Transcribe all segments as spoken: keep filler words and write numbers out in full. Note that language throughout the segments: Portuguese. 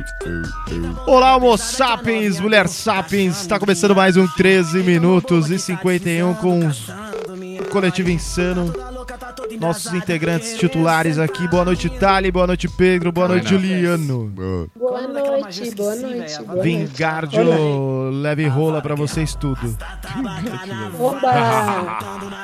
Olá, homo sapiens, mulher sapiens. Está começando mais um treze minutos e cinquenta e um com o Coletivo Insano. Nossos integrantes titulares aqui. Boa noite, Thali. Boa noite, Pedro. Boa noite, Juliano. Boa noite, boa noite. Boa Vingardio, noite. leve rola pra vocês tudo. Oba!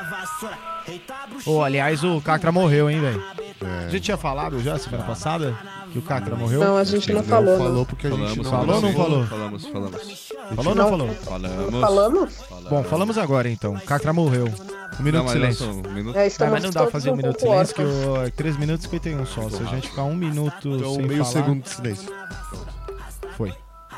Oh, aliás, o Cacra morreu, hein, velho? É. A gente tinha falado já semana passada que o Cacra morreu? Não, a gente não falou. Não falou porque a gente falamos, não falou ou não falou? Falamos, falamos. Falou ou não falou? Falamos. Falamos? Bom, falamos agora então. O Cacra morreu. Um minuto de silêncio. Um minuto. É, Ah, mas não dá pra fazer um um minuto de silêncio, que eu, é três minutos e cinquenta e um só. Se a gente ficar um minuto Então, sem meio falar... segundo de silêncio. Foi.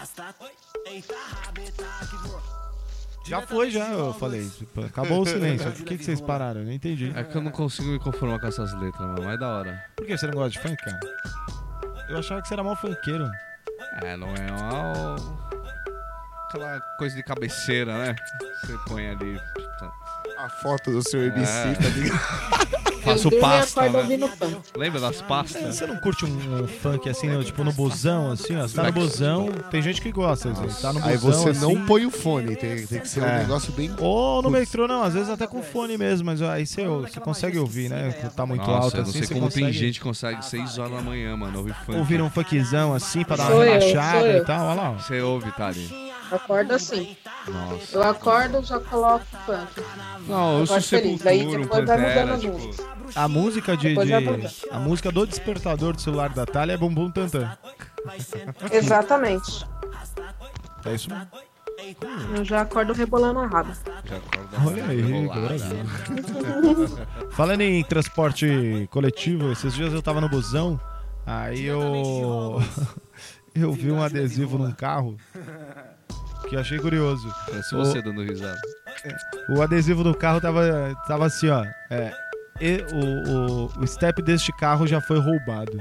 Já foi, já, eu falei. Acabou o silêncio. Por que, que vocês pararam? Eu não entendi. É que eu não consigo me conformar com essas letras, mano. Mas é da hora. Por que você não gosta de funk, cara? Eu achava que você era mal funkeiro. É, não é uma... aquela coisa de cabeceira, né? Você põe ali... A foto do seu M C, É. tá ligado? Faço pasta, né? ouvindo funk. Lembra das pastas? Você não curte um, um funk assim, no- tipo no busão, assim, ó? Você tá no busão, tem gente que gosta, assim, tá no busão, Aí você assim, não põe o fone, tem, tem que ser um É. negócio bem... Ou no Putz. metrô, não, às vezes até com fone mesmo, mas aí você, você consegue ouvir, né? Tá muito Nossa, alto eu assim, não sei você como consegue tem gente que consegue seis horas da manhã, mano, ouvir funk. ouvir um funkzão assim pra dar uma Sou eu, relaxada sou eu. e tal, olha lá. ó. Você ouve, Thali? Acordo assim. Nossa. Eu acordo, já coloco funk. Não, eu ouço Acordo feliz. Daí Sepultura, um depois vai mudando Pantera, as tipo... músicas. A música de, Depois de- vai voltar. a música do despertador do celular da Thalia é Bumbum Tantan. Exatamente. É isso mesmo. Eu já acordo rebolando a raba. Já acorda Olha aí, rebolada. que Falando em transporte coletivo, esses dias eu tava no busão, aí eu eu vi um adesivo num carro que eu achei curioso. Parece você dando risada. O adesivo do carro tava, tava assim, ó. É, e, o, o, o step deste carro já foi roubado.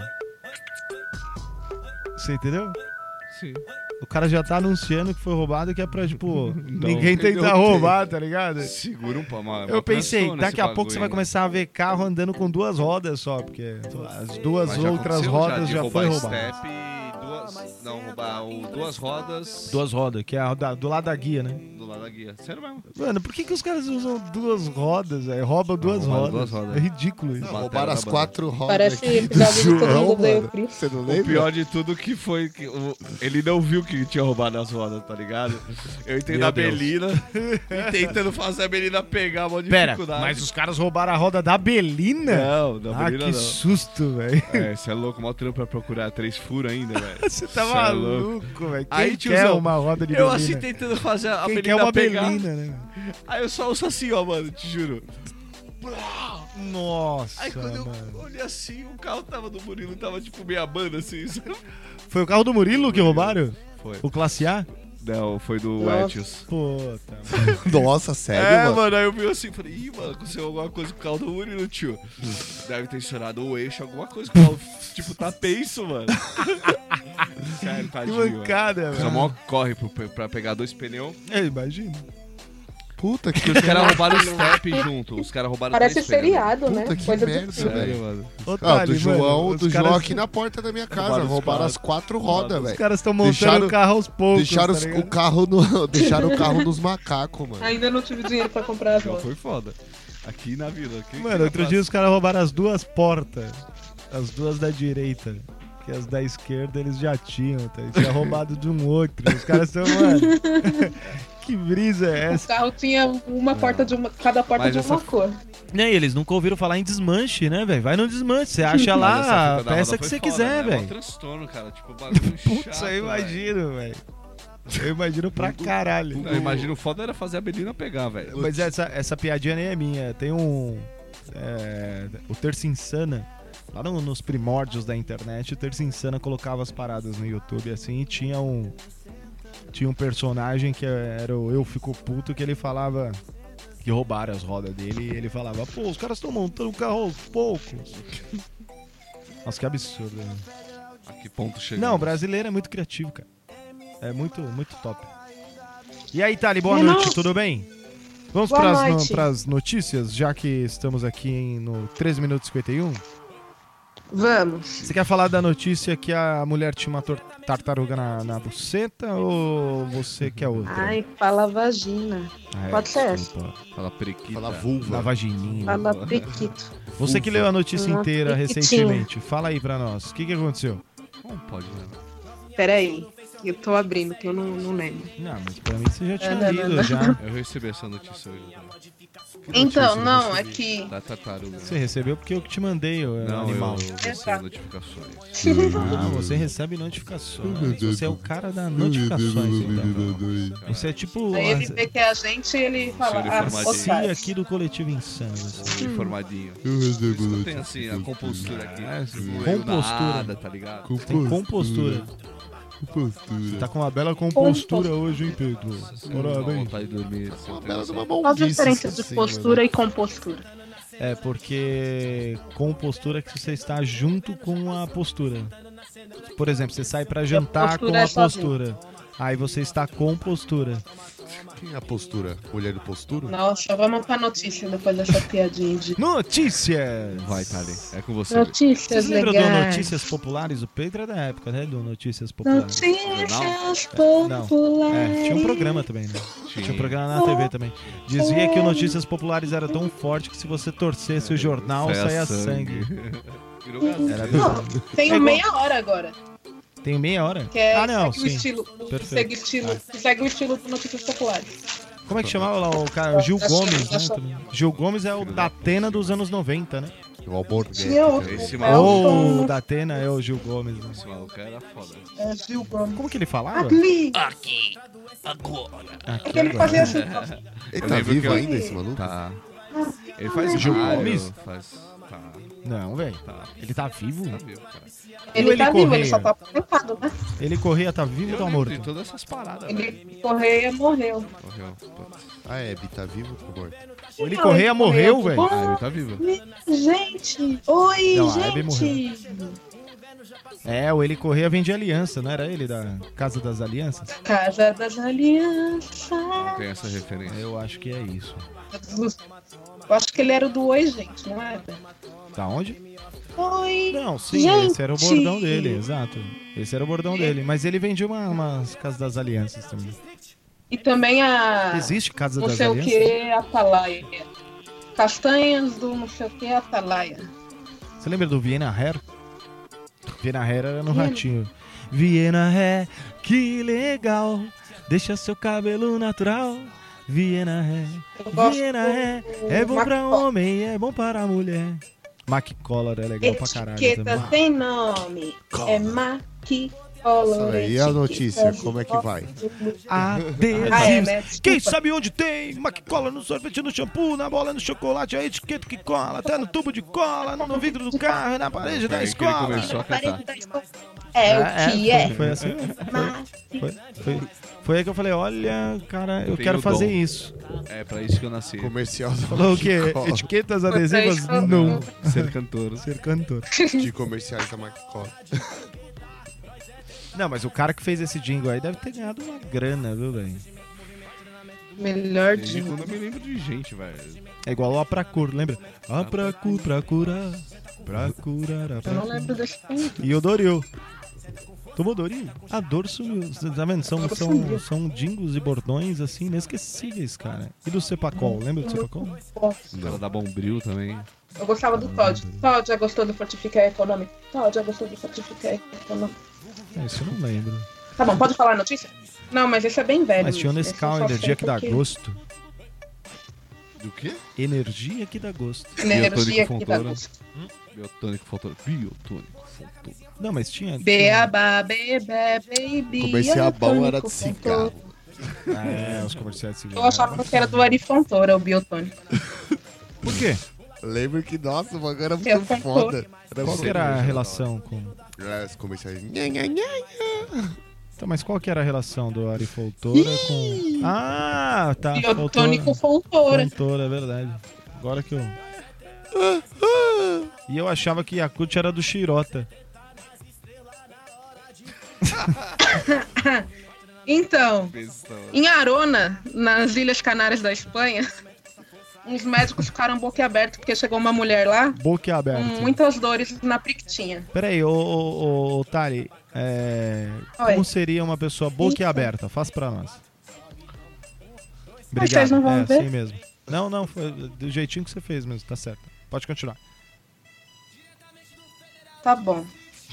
Você entendeu? Sim. O cara já tá anunciando que foi roubado, que é pra, tipo, Não, ninguém tentar não tem. roubar, tá ligado? Segura um pau, mano. Eu pensei, daqui a pouco você vai começar a ver carro andando com duas rodas só, porque as duas outras rodas já, já foi roubar roubado. step e duas... Não, roubar o, duas rodas Duas rodas, que é a da- do lado da guia, né? do lado da guia. Sério mesmo? Mano, por que, que os caras usam duas rodas, velho? Roubam duas roubaram rodas. duas rodas. É ridículo isso. Não, roubaram as quatro rodas Parece aqui do episódio do Todo João, Mundo Odeia o mano. Chris. Você não O lembra? pior de tudo que foi que o- ele não viu que tinha roubado as rodas, tá ligado? Eu entrei Meu na Deus. Belina e tentando fazer a Belina pegar uma Pera, dificuldade. mas os caras roubaram a roda da Belina? Não, da Ah, Belina que não. susto, velho. É, você é louco, mal trampo pra procurar três furos ainda, velho. Você tá Cê é louco. maluco, velho. Quem Aí, quer tiozão, uma roda de Eu Belina? assim tentando fazer a Quem Belina quer uma pegar. Belina, né? Aí eu só ouço assim, ó, mano, te juro. Nossa, Aí quando eu mano. olhei assim, o carro tava do Murilo, tava tipo meia banda assim. sabe? Foi o carro do Murilo que roubaram? Foi. O Classe A? Não, foi do Nossa. Etios. Puta, Nossa, sério, É, mano? mano, aí eu vi assim, falei, ih, mano, aconteceu alguma coisa com o carro do Murilo, tio. Deve ter estourado o eixo, alguma coisa, o carro, tipo, tá penso, mano. Sério, que tadinho, mano. mancada, Só velho. mó corre pro, pra pegar dois pneus. É, imagina. Puta que... Porque os caras roubaram o step junto. Os caras roubaram Parece três pneus. seriado, né? Puta, que Coisa merda, do filme. velho. Sério, mano. Ô, Ah, Thali, do João, mano, do os João caras- aqui na porta da minha casa. Roubaram os Roubaram quatro. as quatro rodas, Os velho. caras estão montando Deixaram- o carro aos poucos, Deixaram tá os- ligado? o carro no, deixaram o carro nos macacos, mano. Ainda não tive dinheiro pra comprar as Não rodas. foi foda. Aqui na vila. Aqui, Mano, outro dia os caras roubaram as duas portas. As duas da direita. Que as da esquerda eles já tinham, tá? Eles tinham roubado de um outro. Os caras são, mano. Que brisa é O essa? carro tinha uma porta de uma, cada porta Mas de uma essa- cor. E aí, eles nunca ouviram falar em desmanche, né, velho? Vai no desmanche. Você acha Mas essa lá a fita da peça roda que foi você foda, quiser, né? É um velho. transtorno, cara. Tipo, bagulho Putz, chato, eu velho. imagino, velho. Eu imagino pra caralho. Não, eu imagino o foda era fazer a Belina pegar, velho. Mas essa, essa piadinha nem é minha. Tem um... é, o Terça Insana, lá no- nos primórdios da internet, o Terça Insana colocava as paradas no YouTube, assim, e tinha um... Tinha um personagem que era o Eu Fico Puto, que ele falava... Que roubaram as rodas dele, e ele falava, pô, os caras estão montando o carro aos poucos. Nossa, que absurdo, né? A que ponto chegou? Não, o brasileiro é muito criativo, cara. É muito, muito top. E aí, Thali, boa Não. noite, tudo bem? Vamos Boa pras, noite. no, pras notícias, já que estamos aqui em- no treze minutos e cinquenta e um? Vamos. Você quer falar da notícia que a mulher tinha uma tor- tartaruga na, na buceta ou você quer outra? Ai, fala vagina. Ah, é, pode ser desculpa. Fala prequita. Fala Na vulva. vagininha. Fala priquito. Você que leu a notícia Uma inteira periquitinha. recentemente, fala aí pra nós. O que, que aconteceu? Não pode, né? Peraí, eu tô abrindo, que eu não, não lembro. Não, mas pra mim você já tinha Não, não, lido não. já. Eu recebi essa notícia hoje. né? Então, notícia não, você é que... Da tartaruga. Você recebeu porque eu que te mandei, o Não, animal. eu recebo Exato. notificações. Ah, você recebe notificações. Você é o cara da notificações, então. Você é tipo Aí ele a vê que é a gente e ele fala, Senhor ah, informadinho. C I A otário. aqui do Coletivo Insano. você. Informadinho. Eu recebo Eu tenho assim a compostura aqui. É, Não compostura. Nada, tá ligado? Tem compostura. Compostura. Tá com uma bela compostura hoje, hein, Pedro? Uma Parabéns. vontade de dormir. se eu Uma tenho bela de uma Qual a maldice. diferença de assim, postura e compostura? É, porque compostura é que você está junto com a postura. Por exemplo, você sai pra jantar com postura a é sozinho. postura. Aí você está com postura. Quem é a postura? Mulher de postura? Nossa, vamos pra notícia depois dessa piadinha de... Notícias! Vai, Thali. É com você. Notícias Vocês lembram do legais. Notícias Populares? O Pedro é da época, né? Do Notícias Populares. Notícias Não. populares. É, tinha um programa também, né? Tinha um programa na T V também. Dizia que o Notícias Populares era tão forte que se você torcesse o jornal, saía sangue. Virou gazeta. Era Não, verdade. tem É igual- meia hora agora. Tem meia hora? Que é, Ah, não, segue o sim. estilo, Perfeito. segue, estilo, segue o estilo do Notícias Populares. Como é que chamava lá o cara? O Gil Achei, Gomes, né? achei. também. Gil Gomes é o da Atena dos anos noventa, né? O Alborguete. Tinha outro. Esse é maluco- Ou o o da Atena é o Gil Gomes. Né? Esse maluco era foda. É, Gil Gomes. Como que ele falava? Ali. Aqui, É que ele agora. fazia assim. Ele Eu tá lembro vivo que eu- ainda, esse maluco? Tá. Ele faz Gil rádio, Gomes? Faz... Tá, Não, velho. tá. Ele tá vivo? Tá vivo, cara. Ele ele tá vivo, correia? ele só tá aposentado, né? Ele corria, tá vivo ou Eu tá lembro morto? de todas essas paradas, velho. Ele correia morreu. Morreu. Putz. A Hebe tá vivo ou tá morto? Ele Não, correia ele morreu, correia. velho. Ah, ele tá vivo. Gente! Oi, Não, a Hebe gente! É, o Ele Correia vendia aliança, não era ele da Casa das Alianças? Casa das Alianças. Não tem essa referência. Eu acho que é isso. Eu acho que ele era o do Oi, gente, não era? Tá onde? Oi! Não, sim, Gente! esse era o bordão dele, exato. Esse era o bordão dele. Mas ele vendia uma, umas Casas das Alianças também. E também a. Existe Casa Não das sei o Alianças? que, Atalaia. Castanhas do não sei o que, Atalaia. Você lembra do Viena Hair? Viena Hair era no Viena. ratinho. Viena Hair, que legal. Deixa seu cabelo natural. Viena Hair. Eu gosto Viena do- Hair. É bom Mac pra Collor. homem, é bom para mulher. Mac Collor é legal pra caralho Etiqueta também. sem nome. É Mac Collor. E a notícia, como é que vai? Ah, é, Adesivos. né? Quem Desculpa. sabe onde tem? Mac Cola no sorvete, no shampoo, na bola, no chocolate, a etiqueta que cola, até no tubo de cola, no vidro do carro, na parede da Aí que ele escola. começou a cantar. É o que é. Foi, foi assim mesmo. Mac. Foi, foi, foi aí que eu falei, olha, cara, eu Tem quero o fazer dom. isso. É pra isso que eu nasci. Comercial do Falou o quê? Mac Collor. Etiquetas adesivas? Vocês- Não. Ser cantor. Ser cantor. De comerciais da Mac Collor. Não, mas o cara que fez esse jingle aí deve ter ganhado uma grana, viu, velho? Melhor Desde de. quando eu me lembro de gente, velho. É igual o Apracur, lembra? Apracur, pra curar, pra curar, Eu não lembro desse tempo. E o Doril. Tomou Doril? A dor sumiu. Você tá vendo? São, Dor são, sumiu. são jingles e bordões, assim, inesquecíveis, cara. E do Cepacol, lembra do Cepacol? Ela dá Bombril também. Eu gostava do Todd. Todd já gostou do Fortificar Economic. Todd já gostou do Fortificar Economic. É, isso eu não lembro. Tá bom, pode falar a notícia? Não, mas esse é bem velho. Mas tinha o Esse eu Nescau, só energia sei que dá porque- gosto. Do quê? Energia que dá gosto. Energia Biotônico que dá Fontoura. gosto. Biotônico faltou. Biotônico faltou. Não, mas tinha... tinha... Beaba, bebê, baby. Comercial bom era de biotônico, cigarro. Fontoura. É, os comerciais de cigarro. Eu achava que era do Ari Fontoura, o biotônico. Por quê? Lembro que, nossa, o bagulho era Eu muito concordo. foda. Era Qual muito que era a relação com... É, os comerciais. Nha, nha, nha. Então, mas qual que era a relação do Ari Fontoura com... Ah, tá. Biotônico Fontoura. Fontoura. Fontoura, é verdade. Agora que eu... E eu achava que Yakult era do Shirota. Então, Besta. em Arona, nas Ilhas Canárias da Espanha, uns médicos ficaram boquiabertos porque chegou uma mulher lá Boca com aberta. muitas dores na prictinha. Peraí, ô, ô, ô Thali, é... Oi. como seria uma pessoa boca aberta? Faz pra nós. Mas vocês não vão é, ver? assim mesmo. Não, não, foi do jeitinho que você fez mesmo, tá certo. Pode continuar. Tá bom.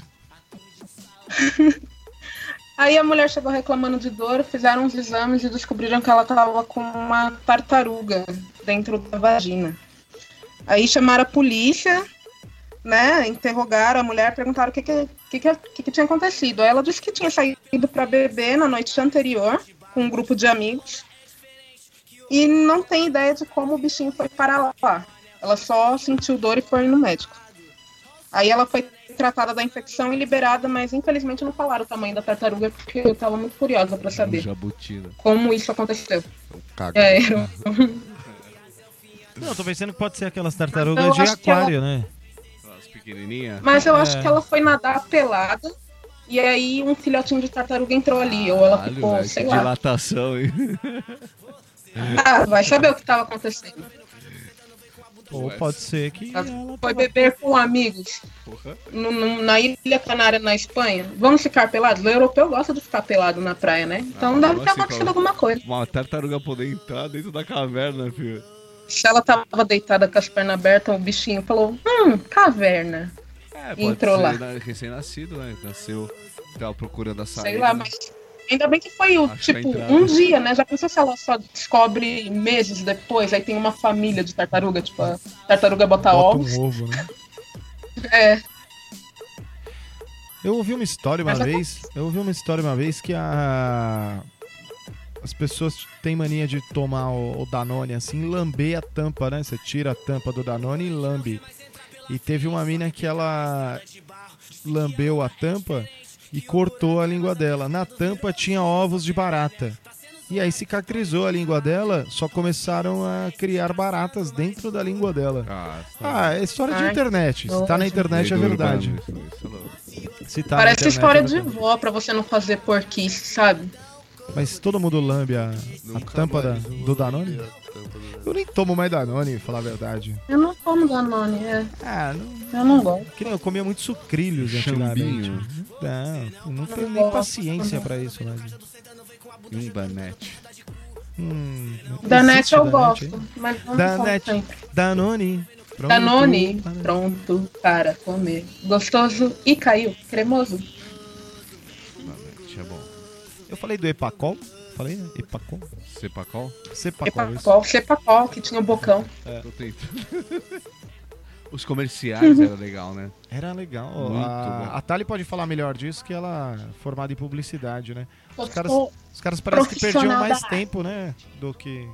Aí a mulher chegou reclamando de dor, fizeram uns exames e descobriram que ela tava com uma tartaruga dentro da vagina. Aí chamaram a polícia, né, interrogaram a mulher, perguntaram o que que, que, que, que, que tinha acontecido. Aí ela disse que tinha saído para beber na noite anterior com um grupo de amigos e não tem ideia de como o bichinho foi parar lá. Ela só sentiu dor e foi no médico. Aí ela foi tratada da infecção e liberada, mas infelizmente não falaram o tamanho da tartaruga porque eu tava muito curiosa pra saber Jabutina. como isso aconteceu. Caga. É, era- Não, tô pensando que pode ser aquelas tartarugas Eu de acho que aquário, né? As pequenininhas. mas eu É. acho que ela foi nadar pelada e aí um filhotinho de tartaruga entrou ali, ou ela Caralho, ficou, velho, sei que lá. dilatação, hein? Ah, vai saber o que tava acontecendo. Ou pode ser que Ela ela foi beber com amigos Porra. no- no- na Ilha Canária, na Espanha. Vamos ficar pelados? O europeu gosta de ficar pelado na praia, né? Então Ah, deve como ter assim, acontecido Paulo? alguma coisa. Uma tartaruga poder entrar dentro da caverna, filho. Se ela tava deitada com as pernas abertas, o bichinho falou, hum, caverna. É, E entrou ser lá. na- recém-nascido, né? Nasceu, tava procurando a saída. Sei lá, né? mas ainda bem que foi, o, Acho que tipo, a entrada- um dia, né? Já pensou se ela só descobre meses depois, aí tem uma família de tartaruga, tipo, a tartaruga bota, bota ovos. um ovo, né? É, Eu ouvi uma história uma Mas a- vez, eu ouvi uma história uma vez que a as pessoas têm mania de tomar o, o Danone assim, lamber a tampa, né? Você tira a tampa do Danone e lambe. E teve uma mina que ela lambeu a tampa e cortou a língua dela. Na tampa tinha ovos de barata. E aí cicatrizou a língua dela, só começaram a criar baratas dentro da língua dela. Ah, Ah, é história de Ai, internet. Se tá na internet é meio do verdade. urbano, isso, isso é louco. Se tá parece na internet, história é de verdade. vó pra você não fazer porquice, sabe? Mas todo mundo lambe a, a Nunca tampa da- mais eu do vou Danone? lamber a tampa do Danone. Eu nem tomo mais Danone, falar a verdade. Eu não como Danone, é. Ah, não, Eu não gosto. que nem eu comia muito sucrilhos antigamente. Chambinho. Não, não tenho Não nem gosto. paciência pra isso, né? Um danete. Hum, Danete existe eu Danete, gosto, hein? mas não como Danete, sempre. Danone. Pronto, Danone, para- pronto para comer. Gostoso e caiu. Cremoso. Danete é bom. Eu falei do Epacol? Falei, né? Epacol? Cepacol? Cepacol, isso. Epacol, Cepacol, que tinha o bocão. Tô tentando. Os comerciais era legal, né? Era legal. Muito, a, velho. a Thali pode falar melhor disso, que ela é formada em publicidade, né? Eu Os caras, sou- os caras parecem que perdiam profissional mais da tempo, né? Do que...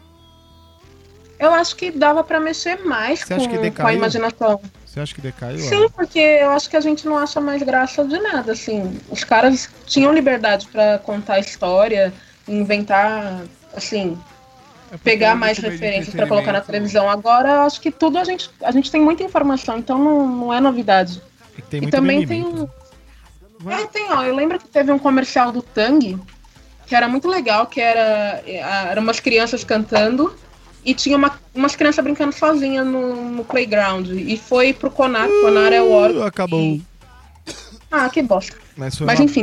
Eu acho que dava pra mexer mais Você com, acha que com a decaiu? imaginação. Você acha que decaiu? Sim, porque eu acho que a gente não acha mais graça de nada, assim. Os caras tinham liberdade pra contar história, inventar, assim, É porque pegar é mais muito meio de referências pra colocar na entretenimento. televisão. Agora, eu acho que tudo a gente, a gente tem muita informação, então não, não é novidade. É que tem E muito também mimimi. tem um. É, tem, ó. Eu lembro que teve um comercial do Tang, que era muito legal, que era. Eram umas crianças cantando e tinha uma, umas crianças brincando sozinhas no, no playground. E foi pro Conar. Conar é o órgão. Uh, Acabou. Ah, que bosta. Mas foi Mas uma enfim,